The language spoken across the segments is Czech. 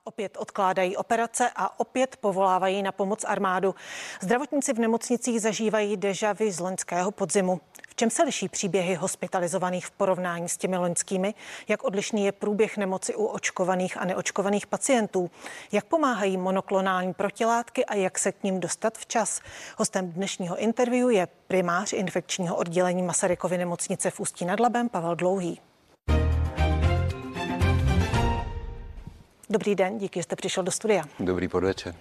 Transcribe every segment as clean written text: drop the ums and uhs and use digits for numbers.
Opět odkládají operace a opět povolávají na pomoc armádu. Zdravotníci v nemocnicích zažívají déjà vu z loňského podzimu. V čem se liší příběhy hospitalizovaných v porovnání s těmi loňskými? Jak odlišný je průběh nemoci u očkovaných a neočkovaných pacientů? Jak pomáhají monoklonální protilátky a jak se k ním dostat včas? Hostem dnešního interview je primář infekčního oddělení Masarykovy nemocnice v Ústí nad Labem Pavel Dlouhý. Dobrý den, díky, že jste přišel do studia. Dobrý podvečer.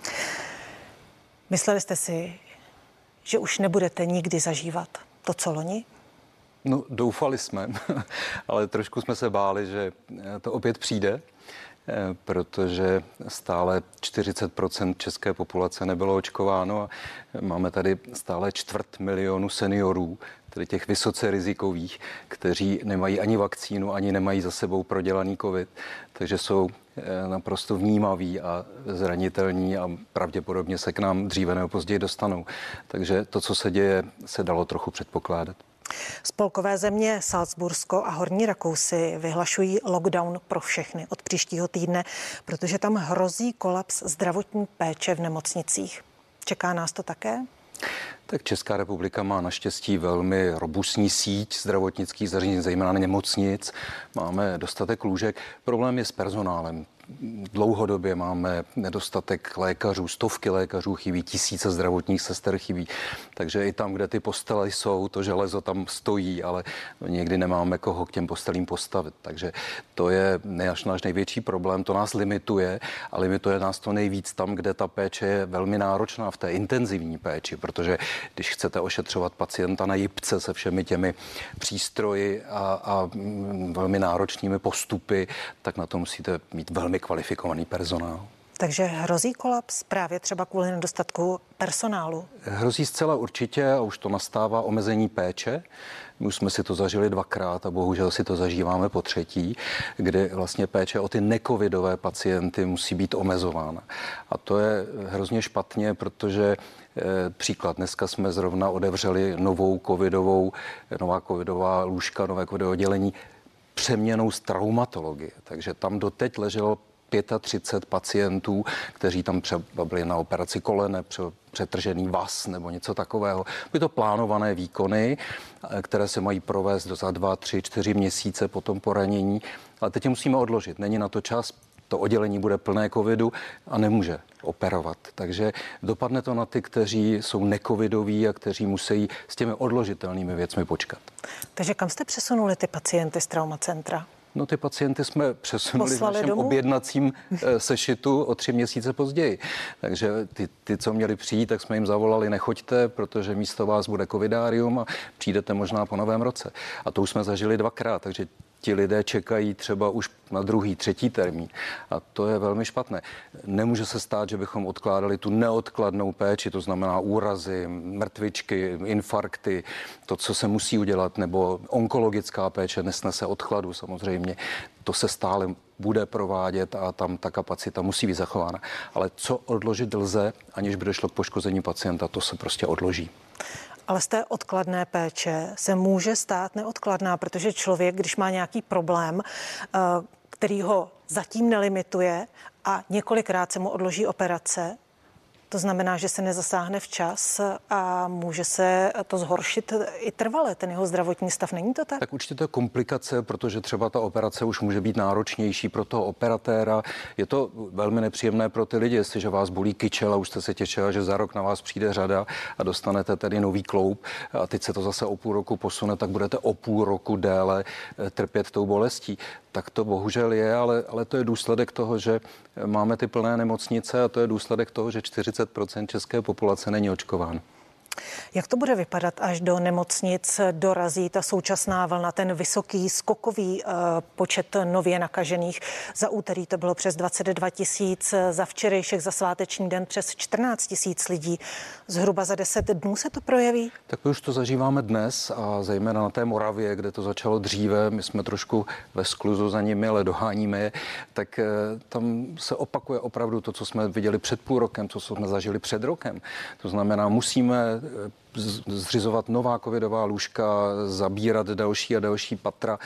Mysleli jste si, že už nebudete nikdy zažívat to, co loni? No, doufali jsme, ale trošku jsme se báli, že to opět přijde, protože stále 40% české populace nebylo očkováno a máme tady stále 250 000 seniorů, tedy těch vysoce rizikových, kteří nemají ani vakcínu, ani nemají za sebou prodělaný covid, takže jsou naprosto vnímaví a zranitelní a pravděpodobně se k nám dříve nebo později dostanou. Takže to, co se děje, se dalo trochu předpokládat. Spolkové země Salcbursko a Horní Rakousy vyhlašují lockdown pro všechny od příštího týdne, protože tam hrozí kolaps zdravotní péče v nemocnicích. Čeká nás to také? Tak Česká republika má naštěstí velmi robustní síť zdravotnických zařízení, zejména nemocnic. Máme dostatek lůžek. Problém je s personálem. Dlouhodobě máme nedostatek lékařů, stovky lékařů chybí, tisíce zdravotních sester chybí. Takže i tam, kde ty postele jsou, to železo tam stojí, ale někdy nemáme koho k těm postelím postavit. Takže to je náš největší problém, to nás limituje a limituje nás to nejvíc tam, kde ta péče je velmi náročná v té intenzivní péči, protože když chcete ošetřovat pacienta na jipce se všemi těmi přístroji a velmi náročnými postupy, tak na to musíte mít velmi kvalifikovaný personál. Takže hrozí kolaps právě třeba kvůli nedostatku personálu? Hrozí zcela určitě a už to nastává omezení péče. My už jsme si to zažili dvakrát a bohužel si to zažíváme po třetí, kdy vlastně péče o ty necovidové pacienty musí být omezována. A to je hrozně špatně, protože příklad, dneska jsme zrovna otevřeli nová covidová lůžka, nové covidové oddělení přeměnou z traumatologie. Takže tam doteď leželo 35 pacientů, kteří tam třeba byli na operaci kolene, přetržený vaz nebo něco takového. Byly to plánované výkony, které se mají provést za 2, 3, 4 měsíce po tom poranění, ale teď je musíme odložit. Není na to čas, to oddělení bude plné covidu a nemůže operovat. Takže dopadne to na ty, kteří jsou necovidoví a kteří musí s těmi odložitelnými věcmi počkat. Takže kam jste přesunuli ty pacienty z traumacentra? No, ty pacienty jsme přesunuli v našem domů? objednacím sešitu o 3 měsíce později. Takže ty, co měli přijít, tak jsme jim zavolali, nechoďte, protože místo vás bude covidárium a přijdete možná po novém roce. A to už jsme zažili dvakrát, takže ti lidé čekají třeba už na druhý, třetí termín. A to je velmi špatné. Nemůže se stát, že bychom odkládali tu neodkladnou péči, to znamená úrazy, mrtvičky, infarkty, to, co se musí udělat, nebo onkologická péče nesnese odkladu samozřejmě. To se stále bude provádět a tam ta kapacita musí být zachována. Ale co odložit lze, aniž by došlo k poškození pacienta, to se prostě odloží. Ale z té odkladné péče se může stát neodkladná, protože člověk, když má nějaký problém, který ho zatím nelimituje a několikrát se mu odloží operace, to znamená, že se nezasáhne včas a může se to zhoršit i trvale, ten jeho zdravotní stav. Není to tak? Tak určitě to je komplikace, protože třeba ta operace už může být náročnější pro toho operatéra. Je to velmi nepříjemné pro ty lidi, jestliže vás bolí kyčel a už jste se těšila, že za rok na vás přijde řada a dostanete tedy nový kloub a teď se to zase o půl roku posune, tak budete o půl roku déle trpět tou bolestí. Tak to bohužel je, ale to je důsledek toho, že máme ty plné nemocnice a to je důsledek toho, že 40% české populace není očkováno. Jak to bude vypadat, až do nemocnic dorazí ta současná vlna, ten vysoký skokový počet nově nakažených? Za úterý to bylo přes 22 000, za včerejšek, za sváteční den přes 14 000 lidí. Zhruba za 10 dnů se to projeví? Tak my už to zažíváme dnes a zejména na té Moravě, kde to začalo dříve, my jsme trošku ve skluzu za nimi, ale doháníme je, tak tam se opakuje opravdu to, co jsme viděli před půl rokem, co jsme zažili před rokem. To znamená, musíme zřizovat nová covidová lůžka, zabírat další a další patra,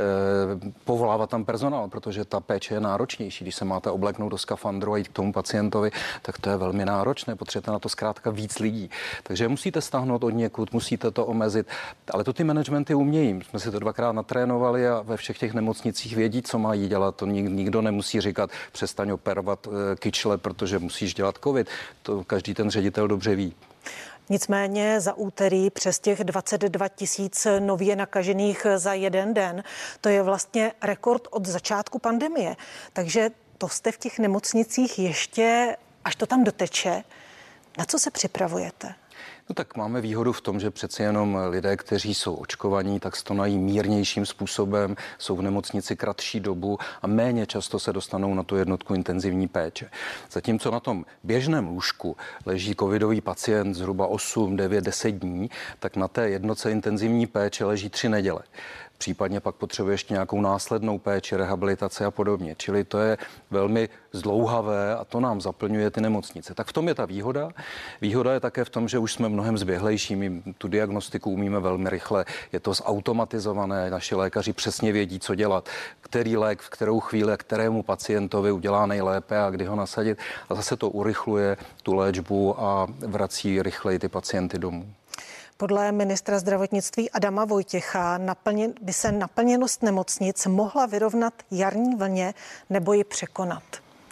povolávat tam personál, protože ta péče je náročnější. Když se máte obleknout do skafandru a jít k tomu pacientovi, tak to je velmi náročné. Potřebujete na to zkrátka víc lidí. Takže musíte stáhnout od někud, musíte to omezit. Ale to ty managementy umějí. Jsme si to dvakrát natrénovali a ve všech těch nemocnicích vědí, co mají dělat. To nikdo nemusí říkat, přestaň operovat kyčle, protože musíš dělat covid. To každý ten ředitel dobře ví. Nicméně za úterý přes těch 22 000 nově nakažených za jeden den, to je vlastně rekord od začátku pandemie. Takže to jste v těch nemocnicích ještě, až to tam doteče, na co se připravujete? No tak máme výhodu v tom, že přeci jenom lidé, kteří jsou očkovaní, tak stonají mírnějším způsobem, jsou v nemocnici kratší dobu a méně často se dostanou na tu jednotku intenzivní péče. Zatímco na tom běžném lůžku leží covidový pacient zhruba 8, 9, 10 dní, tak na té jednotce intenzivní péče leží 3 neděle. Případně pak potřebuje ještě nějakou následnou péči, rehabilitaci a podobně. Čili to je velmi zdlouhavé a to nám zaplňuje ty nemocnice. Tak v tom je ta výhoda. Výhoda je také v tom, že už jsme mnohem zběhlejší. My tu diagnostiku umíme velmi rychle. Je to zautomatizované. Naši lékaři přesně vědí, co dělat. Který lék v kterou chvíli kterému pacientovi udělá nejlépe a kdy ho nasadit. A zase to urychluje tu léčbu a vrací rychleji ty pacienty domů. Podle ministra zdravotnictví Adama Vojtěcha by se naplněnost nemocnic mohla vyrovnat jarní vlně nebo ji překonat.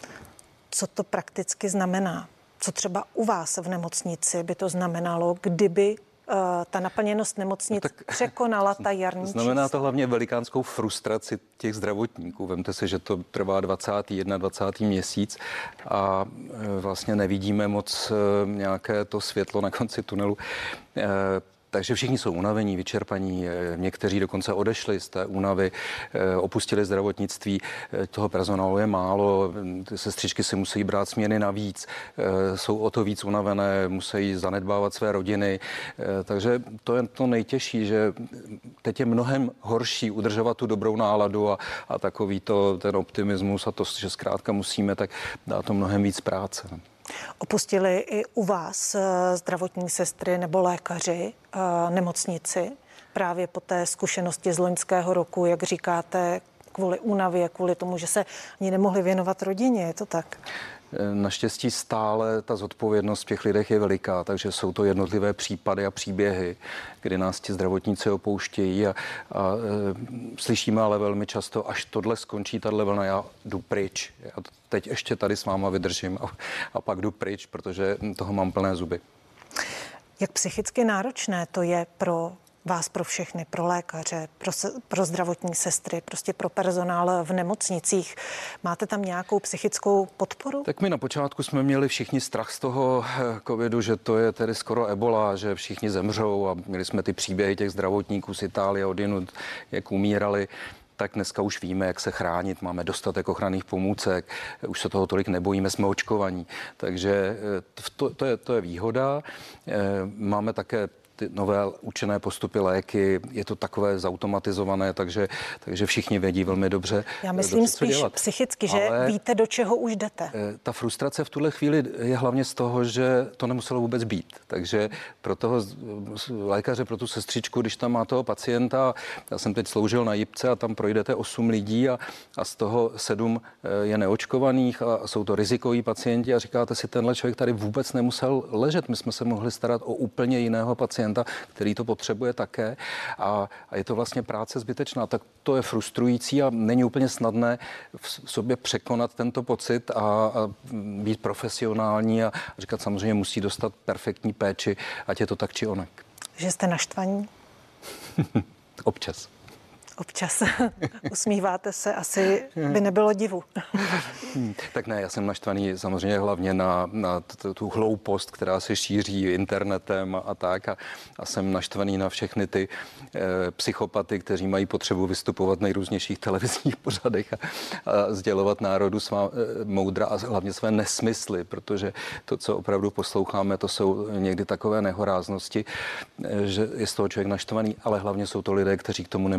Co to prakticky znamená? Co třeba u vás v nemocnici by to znamenalo, kdyby ta naplněnost nemocnic překonala ta jarní čísla? Znamená to hlavně velikánskou frustraci těch zdravotníků. Vemte si, že to trvá 20. měsíc a vlastně nevidíme moc nějaké to světlo na konci tunelu. Takže všichni jsou unavení, vyčerpaní, někteří dokonce odešli z té únavy, opustili zdravotnictví, toho personálu je málo, sestřičky si musí brát směny navíc, jsou o to víc unavené, musí zanedbávat své rodiny, takže to je to nejtěžší, že teď je mnohem horší udržovat tu dobrou náladu a takový ten optimismus a to, že zkrátka musíme, tak dá to mnohem víc práce. Opustili i u vás zdravotní sestry nebo lékaři nemocnici právě po té zkušenosti z loňského roku, jak říkáte, kvůli únavě, kvůli tomu, že se ani nemohli věnovat rodině, je to tak? Naštěstí stále ta zodpovědnost v těch lidech je veliká, takže jsou to jednotlivé případy a příběhy, kdy nás ti zdravotníci opouštějí a slyšíme ale velmi často, až tohle skončí, tahle vlna, já jdu pryč. Já teď ještě tady s váma vydržím a pak jdu pryč, protože toho mám plné zuby. Jak psychicky náročné to je pro vás, pro všechny, pro lékaře, pro zdravotní sestry, prostě pro personál v nemocnicích. Máte tam nějakou psychickou podporu? Tak my na počátku jsme měli všichni strach z toho covidu, že to je tedy skoro ebola, že všichni zemřou a měli jsme ty příběhy těch zdravotníků z Itálie odjinud, jak umírali. Tak dneska už víme, jak se chránit, máme dostatek ochranných pomůcek, už se toho tolik nebojíme, jsme očkovaní. Takže to je výhoda. Máme také ty nové učené postupy, léky, je to takové zautomatizované, takže všichni vědí velmi dobře. Já myslím dobře, spíš psychicky, že víte, do čeho už jdete. Ta frustrace v tuhle chvíli je hlavně z toho, že to nemuselo vůbec být. Takže pro toho lékaře, pro tu sestřičku, když tam má toho pacienta, já jsem teď sloužil na Jipce a tam projdete 8 lidí a z toho 7 je neočkovaných a jsou to rizikoví pacienti a říkáte si, tenhle člověk tady vůbec nemusel ležet. My jsme se mohli starat o úplně jiného pacienta, který to potřebuje také a je to vlastně práce zbytečná. Tak to je frustrující a není úplně snadné v sobě překonat tento pocit a být profesionální a říkat samozřejmě musí dostat perfektní péči, ať je to tak či onak. Že jste naštvaní? Občas. Občas. Usmíváte se, asi by nebylo divu. Tak ne, já jsem naštvaný samozřejmě hlavně na tu hloupost, která se šíří internetem a tak. A jsem naštvaný na všechny ty psychopaty, kteří mají potřebu vystupovat v nejrůznějších televizních pořadech a sdělovat národu svá moudra a hlavně své nesmysly, protože to, co opravdu posloucháme, to jsou někdy takové nehoráznosti, že je z toho člověk naštvaný, ale hlavně jsou to lidé, kteří k tomu nemají vůbec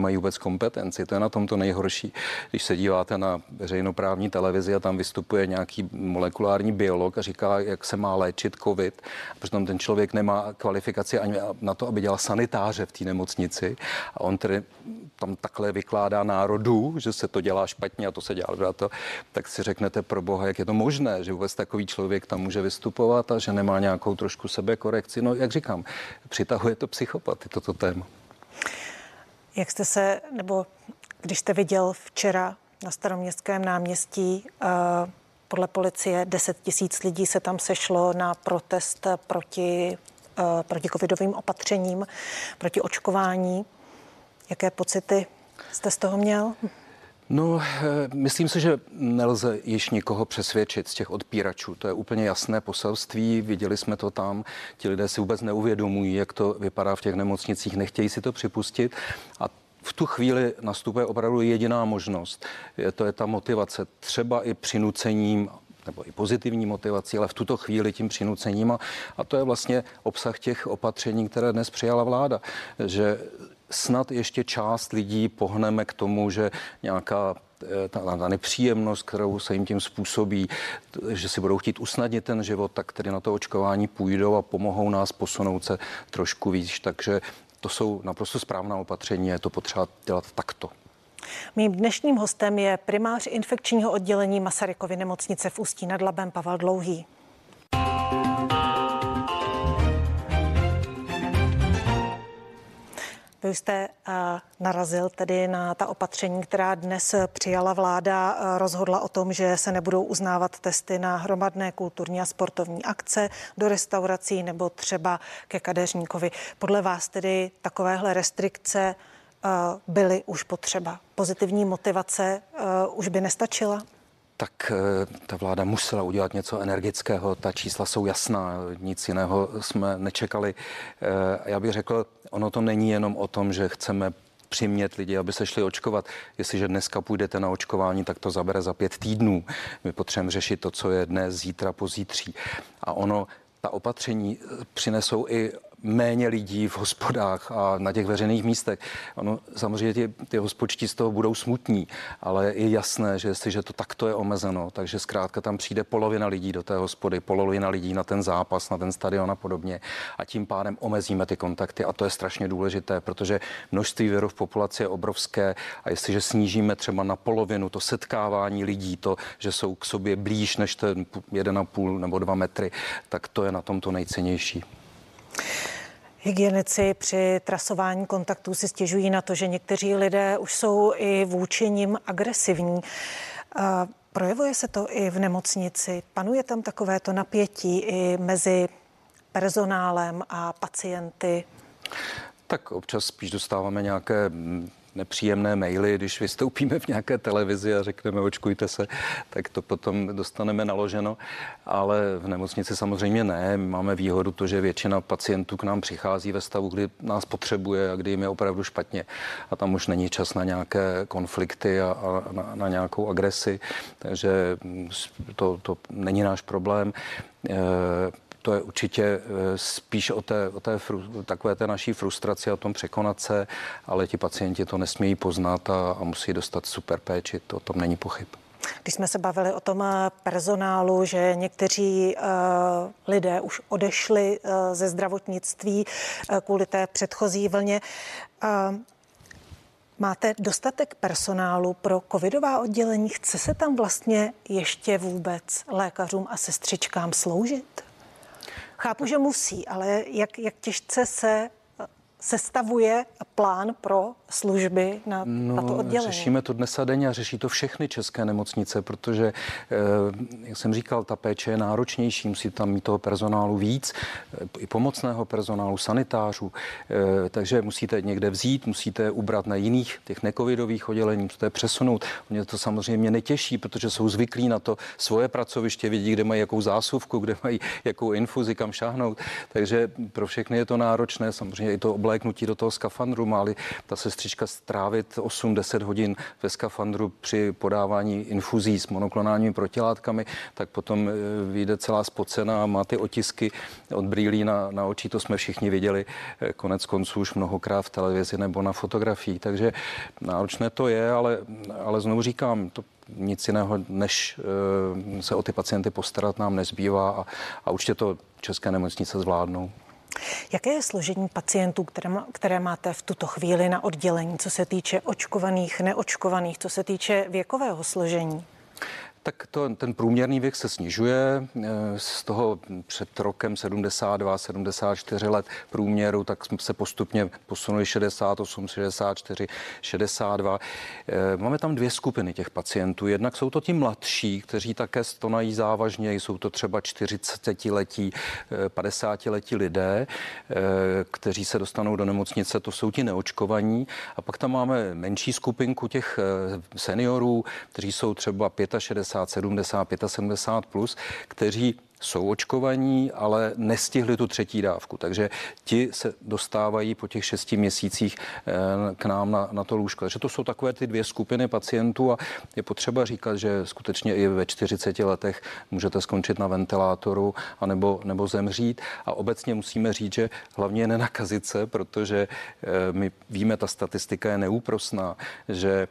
kompetenci. To je na tom to nejhorší. Když se díváte na veřejnoprávní televizi a tam vystupuje nějaký molekulární biolog a říká, jak se má léčit covid, protože ten člověk nemá kvalifikaci ani na to, aby dělal sanitáře v té nemocnici a on tedy tam takhle vykládá národu, že se to dělá špatně a to se dělá to, tak si řeknete pro boha, jak je to možné, že vůbec takový člověk tam může vystupovat a že nemá nějakou trošku sebekorekci. No, jak říkám, přitahuje to psychopaty, toto téma. Jak jste se, nebo když jste viděl včera na Staroměstském náměstí, podle policie 10 000 lidí se tam sešlo na protest proti covidovým opatřením, proti očkování. Jaké pocity jste z toho měl? No, myslím si, že nelze již nikoho přesvědčit z těch odpíračů. To je úplně jasné poselství, viděli jsme to tam. Ti lidé si vůbec neuvědomují, jak to vypadá v těch nemocnicích, nechtějí si to připustit a v tu chvíli nastupuje opravdu jediná možnost. To je ta motivace, třeba i přinucením, nebo i pozitivní motivací, ale v tuto chvíli tím přinucením. A to je vlastně obsah těch opatření, které dnes přijala vláda. Že snad ještě část lidí pohneme k tomu, že nějaká ta nepříjemnost, kterou se jim tím způsobí, že si budou chtít usnadnit ten život, tak tedy na to očkování půjdou a pomohou nás posunout se trošku víc. Takže to jsou naprosto správná opatření, je to potřeba dělat takto. Mým dnešním hostem je primář infekčního oddělení Masarykovy nemocnice v Ústí nad Labem Pavel Dlouhý. Vy jste narazil tedy na ta opatření, která dnes přijala vláda, rozhodla o tom, že se nebudou uznávat testy na hromadné kulturní a sportovní akce, do restaurací nebo třeba ke kadeřníkovi. Podle vás tedy takovéhle restrikce byly už potřeba? Pozitivní motivace už by nestačila? Tak ta vláda musela udělat něco energického, ta čísla jsou jasná, nic jiného jsme nečekali. Já bych řekl, ono to není jenom o tom, že chceme přimět lidi, aby se šli očkovat. Jestliže dneska půjdete na očkování, tak to zabere za 5 týdnů. My potřebujeme řešit to, co je dnes, zítra, pozítří. A ta opatření přinesou i méně lidí v hospodách a na těch veřejných místech. Ono, samozřejmě ty hospodští z toho budou smutní, ale je jasné, že jestliže to takto je omezeno, takže zkrátka tam přijde polovina lidí do té hospody, polovina lidí na ten zápas, na ten stadion a podobně a tím pádem omezíme ty kontakty a to je strašně důležité, protože množství viru v populaci je obrovské a jestliže snížíme třeba na polovinu to setkávání lidí, to, že jsou k sobě blíž než ten 1,5 nebo 2 metry, tak to je na tom to nejcennější. Hygienici při trasování kontaktů si stěžují na to, že někteří lidé už jsou i vůči nim agresivní. Projevuje se to i v nemocnici? Panuje tam takovéto napětí i mezi personálem a pacienty? Tak občas spíš dostáváme nějaké nepříjemné maily, když vystoupíme v nějaké televizi a řekneme očkujte se, tak to potom dostaneme naloženo, ale v nemocnici samozřejmě ne. My máme výhodu to, že většina pacientů k nám přichází ve stavu, kdy nás potřebuje a kdy jim je opravdu špatně a tam už není čas na nějaké konflikty a na nějakou agresi, takže to není náš problém. To je určitě spíš o takové té naší frustraci a o tom překonat se, ale ti pacienti to nesmějí poznat a musí dostat super péči, to o tom není pochyb. Když jsme se bavili o tom personálu, že někteří lidé už odešli ze zdravotnictví kvůli té předchozí vlně, máte dostatek personálu pro covidová oddělení? Chce se tam vlastně ještě vůbec lékařům a sestřičkám sloužit? Chápu, že musí, ale jak těžce se sestavuje plán pro služby na tato oddělení? Řešíme to dnes a denně a řeší to všechny české nemocnice, protože, jak jsem říkal, ta péče je náročnější, musí tam mít toho personálu víc, i pomocného personálu, sanitářů, takže musíte někde vzít, musíte ubrat na jiných těch necovidových oddělení, musíte přesunout. Mě to samozřejmě netěší, protože jsou zvyklí na to svoje pracoviště, vidí, kde mají jakou zásuvku, kde mají jakou infuzi, kam šáhnout, takže pro všechny je to náročné, samozřejmě i to uvléknutí do toho skafandru, má-li ta sestřička strávit 8-10 hodin ve skafandru při podávání infuzí s monoklonálními protilátkami, tak potom vyjde celá spocená a má ty otisky od brýlí na oči, to jsme všichni viděli konec konců už mnohokrát v televizi nebo na fotografii. Takže náročné to je, ale znovu říkám, to nic jiného, než se o ty pacienty postarat, nám nezbývá a určitě to české nemocnice zvládnou. Jaké je složení pacientů, které máte v tuto chvíli na oddělení, co se týče očkovaných, neočkovaných, co se týče věkového složení? Tak ten průměrný věk se snižuje. Z toho před rokem 72, 74 let průměru, tak jsme se postupně posunuli 68, 64, 62. Máme tam dvě skupiny těch pacientů. Jednak jsou to ti mladší, kteří také stonají závažně, jsou to třeba 40letí, 50letí lidé, kteří se dostanou do nemocnice, to jsou ti neočkovaní. A pak tam máme menší skupinku těch seniorů, kteří jsou třeba 65, 70, 75 plus, kteří jsou očkovaní, ale nestihli tu třetí dávku. Takže ti se dostávají po těch 6 měsících k nám na to lůžko. Takže to jsou takové ty dvě skupiny pacientů a je potřeba říkat, že skutečně i ve 40 letech můžete skončit na ventilátoru nebo zemřít. A obecně musíme říct, že hlavně je nenakazit se, protože my víme, ta statistika je neúprosná, že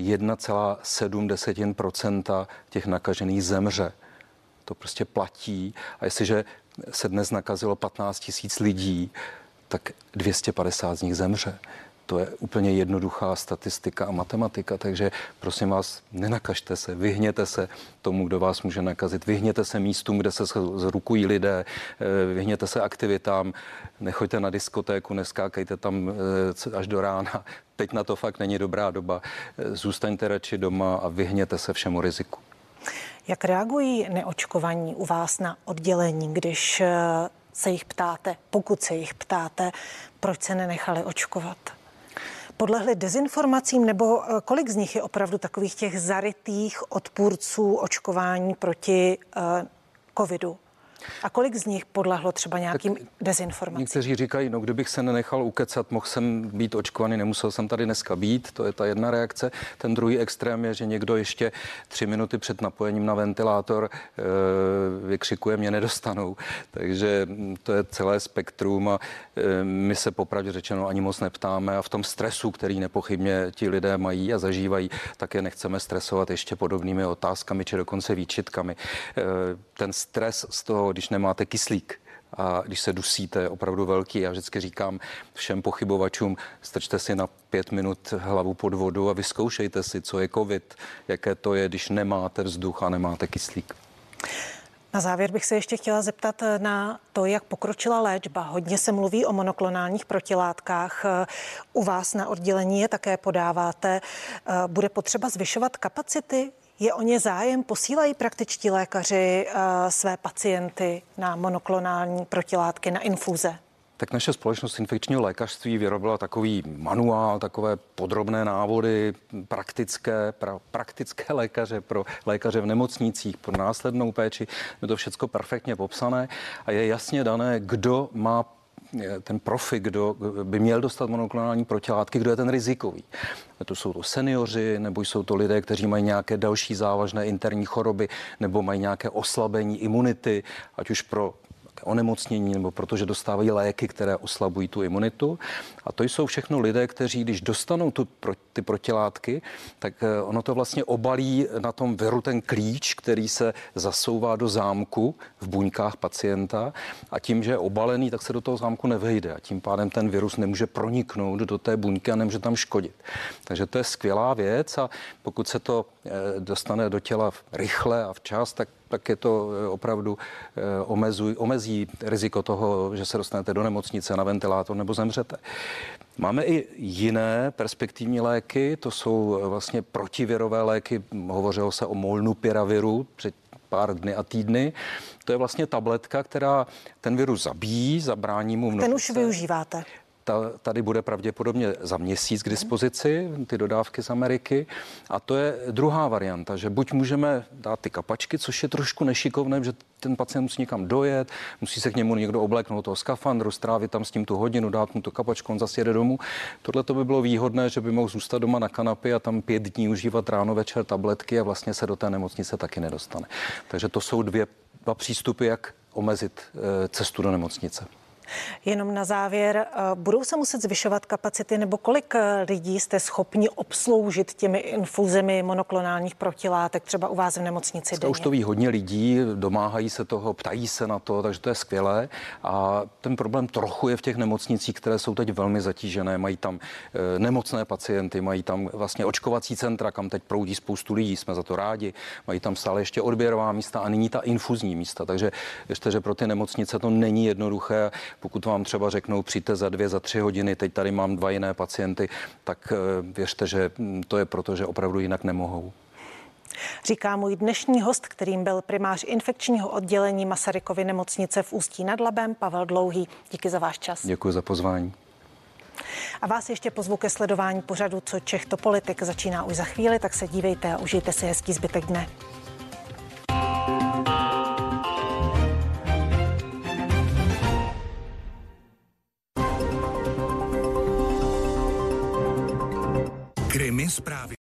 1,7% těch nakažených zemře. To prostě platí. A jestliže se dnes nakazilo 15 000 lidí, tak 250 z nich zemře. To je úplně jednoduchá statistika a matematika, takže prosím vás, nenakažte se, vyhněte se tomu, kdo vás může nakazit, vyhněte se místům, kde se zrukují lidé, vyhněte se aktivitám, nechoďte na diskotéku, neskákejte tam až do rána. Teď na to fakt není dobrá doba. Zůstaňte radši doma a vyhněte se všemu riziku. Jak reagují neočkovaní u vás na oddělení, když se jich ptáte, pokud se jich ptáte, proč se nenechali očkovat? Podlehli dezinformacím, nebo kolik z nich je opravdu takových těch zarytých odpůrců očkování proti covidu? A kolik z nich podlehlo třeba nějakým dezinformacím? Někteří říkají, no kdybych se nenechal ukecat, mohl jsem být očkovaný, nemusel jsem tady dneska být, to je ta jedna reakce. Ten druhý extrém je, že někdo ještě 3 minuty před napojením na ventilátor vykřikuje, mě nedostanou. Takže to je celé spektrum a my se popravdě řečeno ani moc neptáme a v tom stresu, který nepochybně ti lidé mají a zažívají, tak je nechceme stresovat ještě podobnými otázkami či dokonce výčitkami. Ten stres z toho, když nemáte kyslík a když se dusíte, je opravdu velký. Já vždycky říkám všem pochybovačům, strčte si na 5 minut hlavu pod vodu a vyzkoušejte si, co je covid, jaké to je, když nemáte vzduch a nemáte kyslík. Na závěr bych se ještě chtěla zeptat na to, jak pokročila léčba. Hodně se mluví o monoklonálních protilátkách. U vás na oddělení je také podáváte. Bude potřeba zvyšovat kapacity? Je o ně zájem? Posílají praktičtí lékaři své pacienty na monoklonální protilátky, na infuze? Tak naše společnost infekčního lékařství vyrobila takový manuál, takové podrobné návody, praktické lékaře pro lékaře v nemocnicích, pro následnou péči. Je to všechno perfektně popsané a je jasně dané, kdo má ten profil, kdo by měl dostat monoklonální protilátky, kdo je ten rizikový. To jsou to seniori, nebo jsou to lidé, kteří mají nějaké další závažné interní choroby, nebo mají nějaké oslabení imunity, ať už pro onemocnění, nebo protože dostávají léky, které oslabují tu imunitu. A to jsou všechno lidé, kteří, když dostanou ty protilátky, tak ono to vlastně obalí na tom viru ten klíč, který se zasouvá do zámku v buňkách pacienta a tím, že je obalený, tak se do toho zámku nevejde a tím pádem ten virus nemůže proniknout do té buňky a nemůže tam škodit. Takže to je skvělá věc a pokud se to dostane do těla rychle a včas, tak je to opravdu omezí riziko toho, že se dostanete do nemocnice na ventilátor nebo zemřete. Máme i jiné perspektivní léky, to jsou vlastně protivirové léky, hovořilo se o molnupiraviru před pár dny a týdny. To je vlastně tabletka, která ten virus zabíjí, zabrání mu Ten už využíváte? tady bude pravděpodobně za měsíc k dispozici, ty dodávky z Ameriky. A to je druhá varianta, že buď můžeme dát ty kapačky, což je trošku nešikovné, že ten pacient musí někam dojet, musí se k němu někdo obléknout toho skafandru, strávit tam s tím tu hodinu, dát mu tu kapačku, on zase jede domů. Tohle to by bylo výhodné, že by mohl zůstat doma na kanapě a tam 5 dní užívat ráno, večer tabletky a vlastně se do té nemocnice taky nedostane. Takže to jsou dva přístupy, jak omezit cestu do nemocnice. Jenom na závěr, budou se muset zvyšovat kapacity, nebo kolik lidí jste schopni obsloužit těmi infuzemi monoklonálních protilátek třeba u vás v nemocnici denně? Už to ví hodně lidí, domáhají se toho, ptají se na to, takže to je skvělé. A ten problém trochu je v těch nemocnicích, které jsou teď velmi zatížené. Mají tam nemocné pacienty, mají tam vlastně očkovací centra, kam teď proudí spoustu lidí, jsme za to rádi. Mají tam stále ještě odběrová místa a nyní ta infuzní místa. Takže věřte, že pro ty nemocnice to není jednoduché. Pokud vám třeba řeknou, přijďte za 2, za 3 hodiny, teď tady mám 2 jiné pacienty, tak věřte, že to je proto, že opravdu jinak nemohou. Říká můj dnešní host, kterým byl primář infekčního oddělení Masarykovy nemocnice v Ústí nad Labem, Pavel Dlouhý. Díky za váš čas. Děkuji za pozvání. A vás ještě pozvu ke sledování pořadu Co Čech to politik. Začíná už za chvíli, tak se dívejte a užijte si hezký zbytek dne. Krimi zprávy.